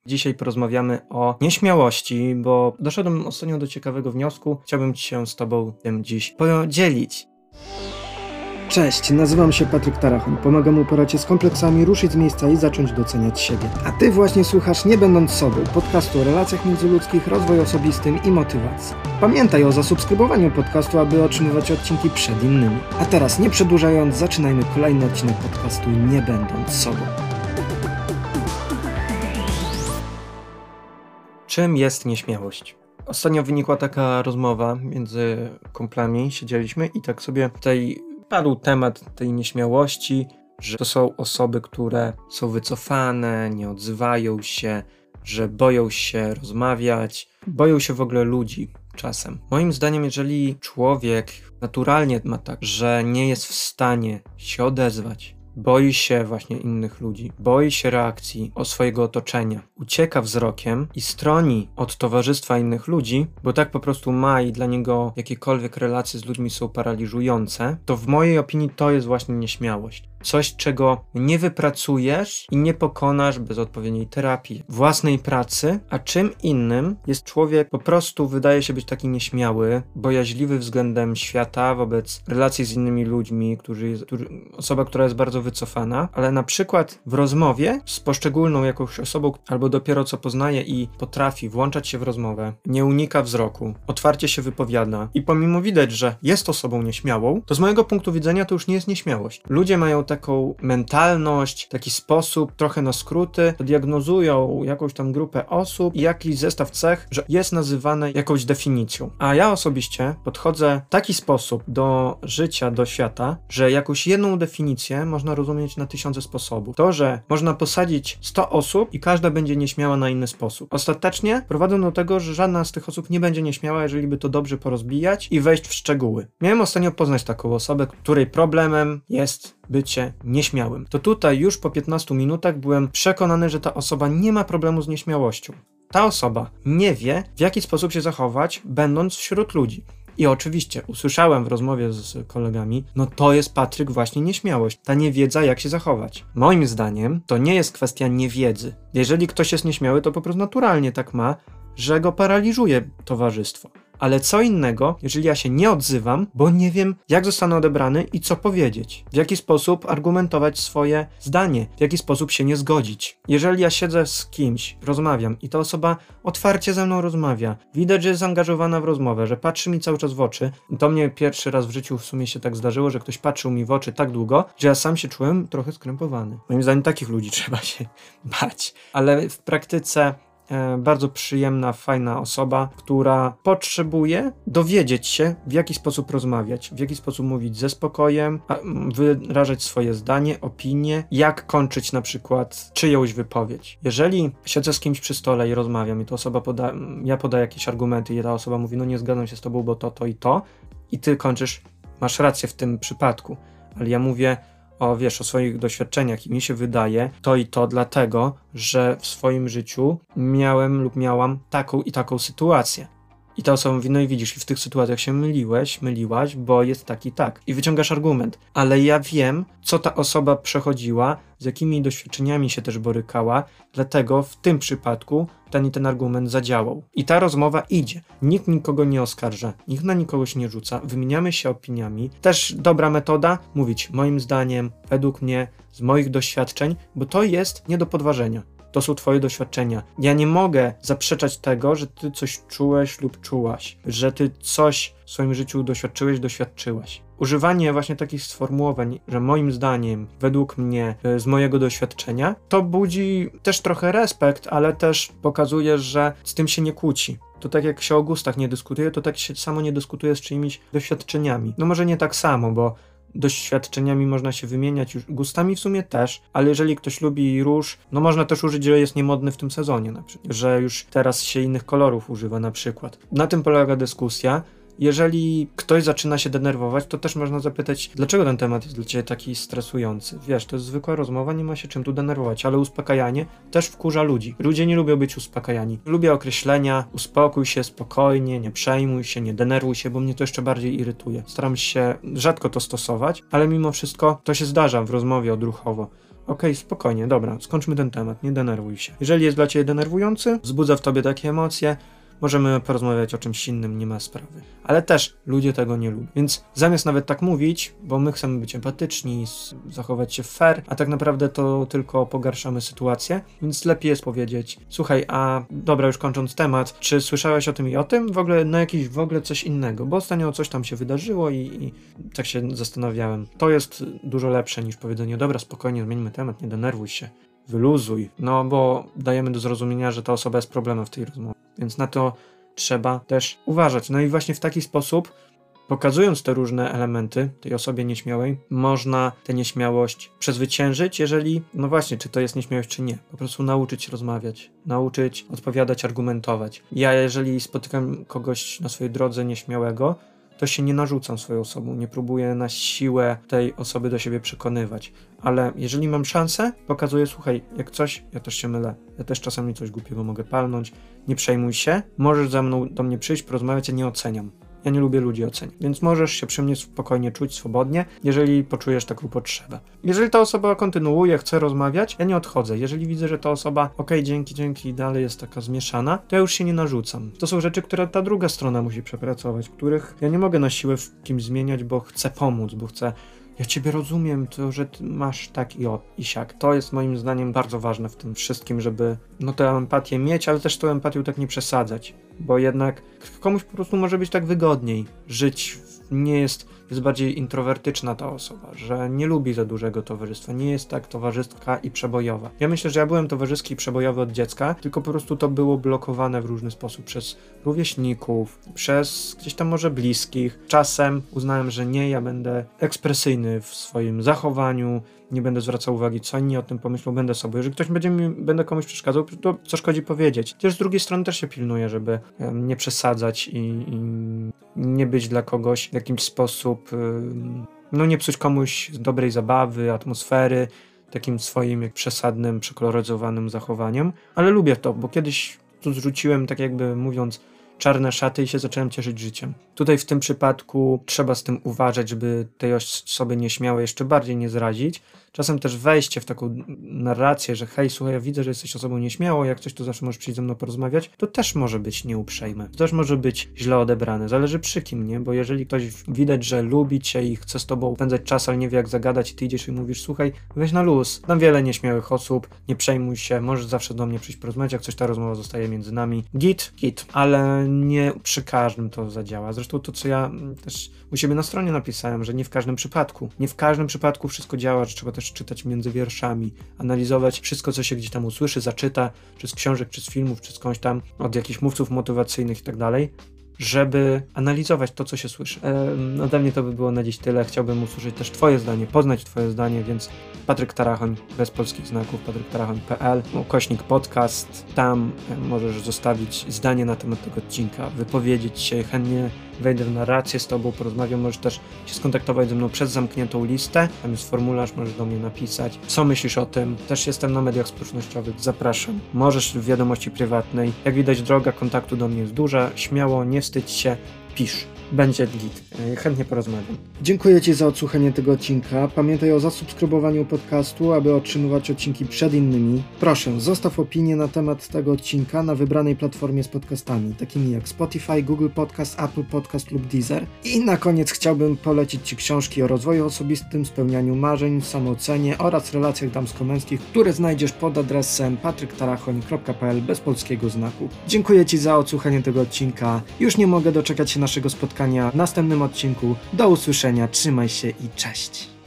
Dzisiaj porozmawiamy o nieśmiałości, bo doszedłem ostatnio do ciekawego wniosku. Chciałbym się z Tobą tym dziś podzielić. Cześć, nazywam się Patryk Tarachon. Pomagam uporać się z kompleksami, ruszyć z miejsca i zacząć doceniać siebie. A Ty właśnie słuchasz Nie Będąc Sobą, podcastu o relacjach międzyludzkich, rozwoju osobistym i motywacji. Pamiętaj o zasubskrybowaniu podcastu, aby otrzymywać odcinki przed innymi. A teraz, nie przedłużając, zaczynajmy kolejny odcinek podcastu Nie Będąc Sobą. Czym jest nieśmiałość? Ostatnio wynikła taka rozmowa między kumplami, siedzieliśmy i tak sobie tutaj padł temat tej nieśmiałości, że to są osoby, które są wycofane, nie odzywają się, że boją się rozmawiać, boją się w ogóle ludzi czasem. Moim zdaniem, jeżeli człowiek naturalnie ma tak, że nie jest w stanie się odezwać, boi się właśnie innych ludzi, boi się reakcji od swojego otoczenia, ucieka wzrokiem i stroni od towarzystwa innych ludzi, bo tak po prostu ma i dla niego jakiekolwiek relacje z ludźmi są paraliżujące, to w mojej opinii to jest właśnie nieśmiałość. Coś, czego nie wypracujesz i nie pokonasz bez odpowiedniej terapii, własnej pracy, a czym innym jest człowiek po prostu wydaje się być taki nieśmiały, bojaźliwy względem świata, wobec relacji z innymi ludźmi, osoba, która jest bardzo wycofana, ale na przykład w rozmowie z poszczególną jakąś osobą, albo dopiero co poznaje i potrafi włączać się w rozmowę, nie unika wzroku, otwarcie się wypowiada i pomimo widać, że jest osobą nieśmiałą, to z mojego punktu widzenia to już nie jest nieśmiałość. Ludzie mają taką mentalność, taki sposób, trochę na skróty, diagnozują jakąś tam grupę osób i jakiś zestaw cech, że jest nazywane jakąś definicją. A ja osobiście podchodzę w taki sposób do życia, do świata, że jakąś jedną definicję można rozumieć na tysiące sposobów. To, że można posadzić 100 osób i każda będzie nieśmiała na inny sposób. Ostatecznie prowadzą do tego, że żadna z tych osób nie będzie nieśmiała, jeżeli by to dobrze porozbijać i wejść w szczegóły. Miałem ostatnio poznać taką osobę, której problemem jest bycie nieśmiałym. To tutaj już po 15 minutach byłem przekonany, że ta osoba nie ma problemu z nieśmiałością. Ta osoba nie wie, w jaki sposób się zachować, będąc wśród ludzi. I oczywiście usłyszałem w rozmowie z kolegami, no to jest, Patryk, właśnie nieśmiałość. Ta niewiedza, jak się zachować. Moim zdaniem to nie jest kwestia niewiedzy. Jeżeli ktoś jest nieśmiały, to po prostu naturalnie tak ma, że go paraliżuje towarzystwo. Ale co innego, jeżeli ja się nie odzywam, bo nie wiem, jak zostanę odebrany i co powiedzieć. W jaki sposób argumentować swoje zdanie. W jaki sposób się nie zgodzić. Jeżeli ja siedzę z kimś, rozmawiam i ta osoba otwarcie ze mną rozmawia, widać, że jest zaangażowana w rozmowę, że patrzy mi cały czas w oczy. I to mnie pierwszy raz w życiu w sumie się tak zdarzyło, że ktoś patrzył mi w oczy tak długo, że ja sam się czułem trochę skrępowany. Moim zdaniem takich ludzi trzeba się bać. Ale w praktyce bardzo przyjemna, fajna osoba, która potrzebuje dowiedzieć się, w jaki sposób rozmawiać, w jaki sposób mówić ze spokojem, wyrażać swoje zdanie, opinię, jak kończyć na przykład czyjąś wypowiedź. Jeżeli siedzę z kimś przy stole i rozmawiam i ta osoba ja podaję jakieś argumenty i ta osoba mówi, no nie zgadzam się z tobą, bo to i ty kończysz, masz rację w tym przypadku, ale ja mówię o swoich doświadczeniach i mi się wydaje to i to dlatego, że w swoim życiu miałem lub miałam taką i taką sytuację. I ta osoba mówi, no i widzisz, i w tych sytuacjach się myliłaś, bo jest tak i tak. I wyciągasz argument. Ale ja wiem, co ta osoba przechodziła, z jakimi doświadczeniami się też borykała, dlatego w tym przypadku ten argument zadziałał. I ta rozmowa idzie. Nikt nikogo nie oskarża, nikt na nikogo się nie rzuca, wymieniamy się opiniami. Też dobra metoda, mówić moim zdaniem, według mnie, z moich doświadczeń, bo to jest nie do podważenia. To są twoje doświadczenia. Ja nie mogę zaprzeczać tego, że ty coś czułeś lub czułaś, że ty coś w swoim życiu doświadczyłaś. Używanie właśnie takich sformułowań, że moim zdaniem, według mnie, z mojego doświadczenia, to budzi też trochę respekt, ale też pokazuje, że z tym się nie kłóci. To tak jak się o gustach nie dyskutuje, to tak się samo nie dyskutuje z czyimiś doświadczeniami. No może nie tak samo, bo doświadczeniami można się wymieniać, już gustami w sumie też, ale jeżeli ktoś lubi róż, no można też użyć, że jest niemodny w tym sezonie na przykład, że już teraz się innych kolorów używa na przykład. Na tym polega dyskusja. Jeżeli ktoś zaczyna się denerwować, to też można zapytać, dlaczego ten temat jest dla ciebie taki stresujący. Wiesz, to jest zwykła rozmowa, nie ma się czym tu denerwować, ale uspokajanie też wkurza ludzi. Ludzie nie lubią być uspokajani. Lubię określenia, uspokój się spokojnie, nie przejmuj się, nie denerwuj się, bo mnie to jeszcze bardziej irytuje. Staram się rzadko to stosować, ale mimo wszystko to się zdarza w rozmowie odruchowo. okej, spokojnie, dobra, skończmy ten temat, nie denerwuj się. Jeżeli jest dla ciebie denerwujący, wzbudza w tobie takie emocje, możemy porozmawiać o czymś innym, nie ma sprawy. Ale też ludzie tego nie lubią. Więc zamiast nawet tak mówić, bo my chcemy być empatyczni, zachować się fair, a tak naprawdę to tylko pogarszamy sytuację, więc lepiej jest powiedzieć, słuchaj, a dobra, już kończąc temat, czy słyszałeś o tym i o tym? W ogóle na jakiś w ogóle coś innego, bo ostatnio coś tam się wydarzyło i tak się zastanawiałem. To jest dużo lepsze niż powiedzenie, dobra, spokojnie, zmieńmy temat, nie denerwuj się. Wyluzuj, no bo dajemy do zrozumienia, że ta osoba jest problemem w tej rozmowie, więc na to trzeba też uważać. No i właśnie w taki sposób, pokazując te różne elementy tej osobie nieśmiałej, można tę nieśmiałość przezwyciężyć, jeżeli, no właśnie, czy to jest nieśmiałość, czy nie. Po prostu nauczyć się rozmawiać, nauczyć odpowiadać, argumentować. Ja, jeżeli spotykam kogoś na swojej drodze nieśmiałego, to się nie narzucam swoją osobą, nie próbuję na siłę tej osoby do siebie przekonywać, ale jeżeli mam szansę, pokazuję, słuchaj, jak coś, ja też się mylę, ja też czasami coś głupiego mogę palnąć, nie przejmuj się, możesz do mnie przyjść, porozmawiać, ja nie oceniam. Ja nie lubię ludzi oceniać, więc możesz się przy mnie spokojnie czuć, swobodnie, jeżeli poczujesz taką potrzebę. Jeżeli ta osoba kontynuuje, chce rozmawiać, ja nie odchodzę. Jeżeli widzę, że ta osoba, okej, dzięki, dalej jest taka zmieszana, to ja już się nie narzucam. To są rzeczy, które ta druga strona musi przepracować, których ja nie mogę na siłę w kimś zmieniać, bo chcę pomóc, bo chcę... Ja ciebie rozumiem, to, że ty masz tak i siak. To jest moim zdaniem bardzo ważne w tym wszystkim, żeby tę empatię mieć, ale też tą empatią tak nie przesadzać, bo jednak komuś po prostu może być tak wygodniej żyć, jest bardziej introwertyczna ta osoba, że nie lubi za dużego towarzystwa, nie jest tak towarzystka i przebojowa. Ja myślę, że ja byłem towarzyski i przebojowy od dziecka, tylko po prostu to było blokowane w różny sposób przez rówieśników, przez gdzieś tam może bliskich. Czasem uznałem, że nie, ja będę ekspresyjny w swoim zachowaniu, nie będę zwracał uwagi, co inni o tym pomyślą, będę sobą. Jeżeli ktoś będę komuś przeszkadzał, to co szkodzi powiedzieć. Chociaż z drugiej strony też się pilnuję, żeby nie przesadzać i nie być dla kogoś w jakiś sposób, nie psuć komuś dobrej zabawy, atmosfery, takim swoim przesadnym, przekoloryzowanym zachowaniem. Ale lubię to, bo kiedyś tu zrzuciłem, tak jakby mówiąc, czarne szaty i się zacząłem cieszyć życiem. Tutaj w tym przypadku trzeba z tym uważać, żeby tej osobie nieśmiałej jeszcze bardziej nie zrazić. Czasem też wejście w taką narrację, że hej, słuchaj, ja widzę, że jesteś osobą nieśmiałą, jak coś, to zawsze możesz przyjść ze mną porozmawiać, to też może być nieuprzejme. To też może być źle odebrane. Zależy przy kim, nie? Bo jeżeli ktoś widać, że lubi cię i chce z tobą spędzać czas, ale nie wie jak zagadać i ty idziesz i mówisz, słuchaj, weź na luz. Znam wiele nieśmiałych osób, nie przejmuj się, możesz zawsze do mnie przyjść porozmawiać, jak coś, ta rozmowa zostaje między nami. Git, ale nie przy każdym to zadziała. Zresztą to, co ja też u siebie na stronie napisałem, że nie w każdym przypadku wszystko działa, że trzeba też czytać między wierszami, analizować wszystko, co się gdzieś tam usłyszy, zaczyta, czy z książek, czy z filmów, czy skądś tam, od jakichś mówców motywacyjnych i tak dalej, żeby analizować to, co się słyszy. Ode mnie to by było na dziś tyle. Chciałbym usłyszeć też twoje zdanie, poznać twoje zdanie, więc Patryk Tarachoń, bez polskich znaków, patrykTarachoń.pl, /podcast. Tam możesz zostawić zdanie na temat tego odcinka, wypowiedzieć się, chętnie wejdę w narrację z tobą, porozmawiam, możesz też się skontaktować ze mną przez zamkniętą listę, tam jest formularz, możesz do mnie napisać, co myślisz o tym. Też jestem na mediach społecznościowych, zapraszam. Możesz w wiadomości prywatnej. Jak widać, droga kontaktu do mnie jest duża, śmiało, nie wstydź się, pisz. Będzie git. Chętnie porozmawiam. Dziękuję ci za odsłuchanie tego odcinka. Pamiętaj o zasubskrybowaniu podcastu, aby otrzymywać odcinki przed innymi. Proszę, zostaw opinię na temat tego odcinka na wybranej platformie z podcastami, takimi jak Spotify, Google Podcast, Apple Podcast lub Deezer. I na koniec chciałbym polecić ci książki o rozwoju osobistym, spełnianiu marzeń, samoocenie oraz relacjach damsko-męskich, które znajdziesz pod adresem patrykTarachoń.pl bez polskiego znaku. Dziękuję ci za odsłuchanie tego odcinka. Już nie mogę doczekać się naszego spotkania w następnym odcinku. Do usłyszenia, trzymaj się i cześć!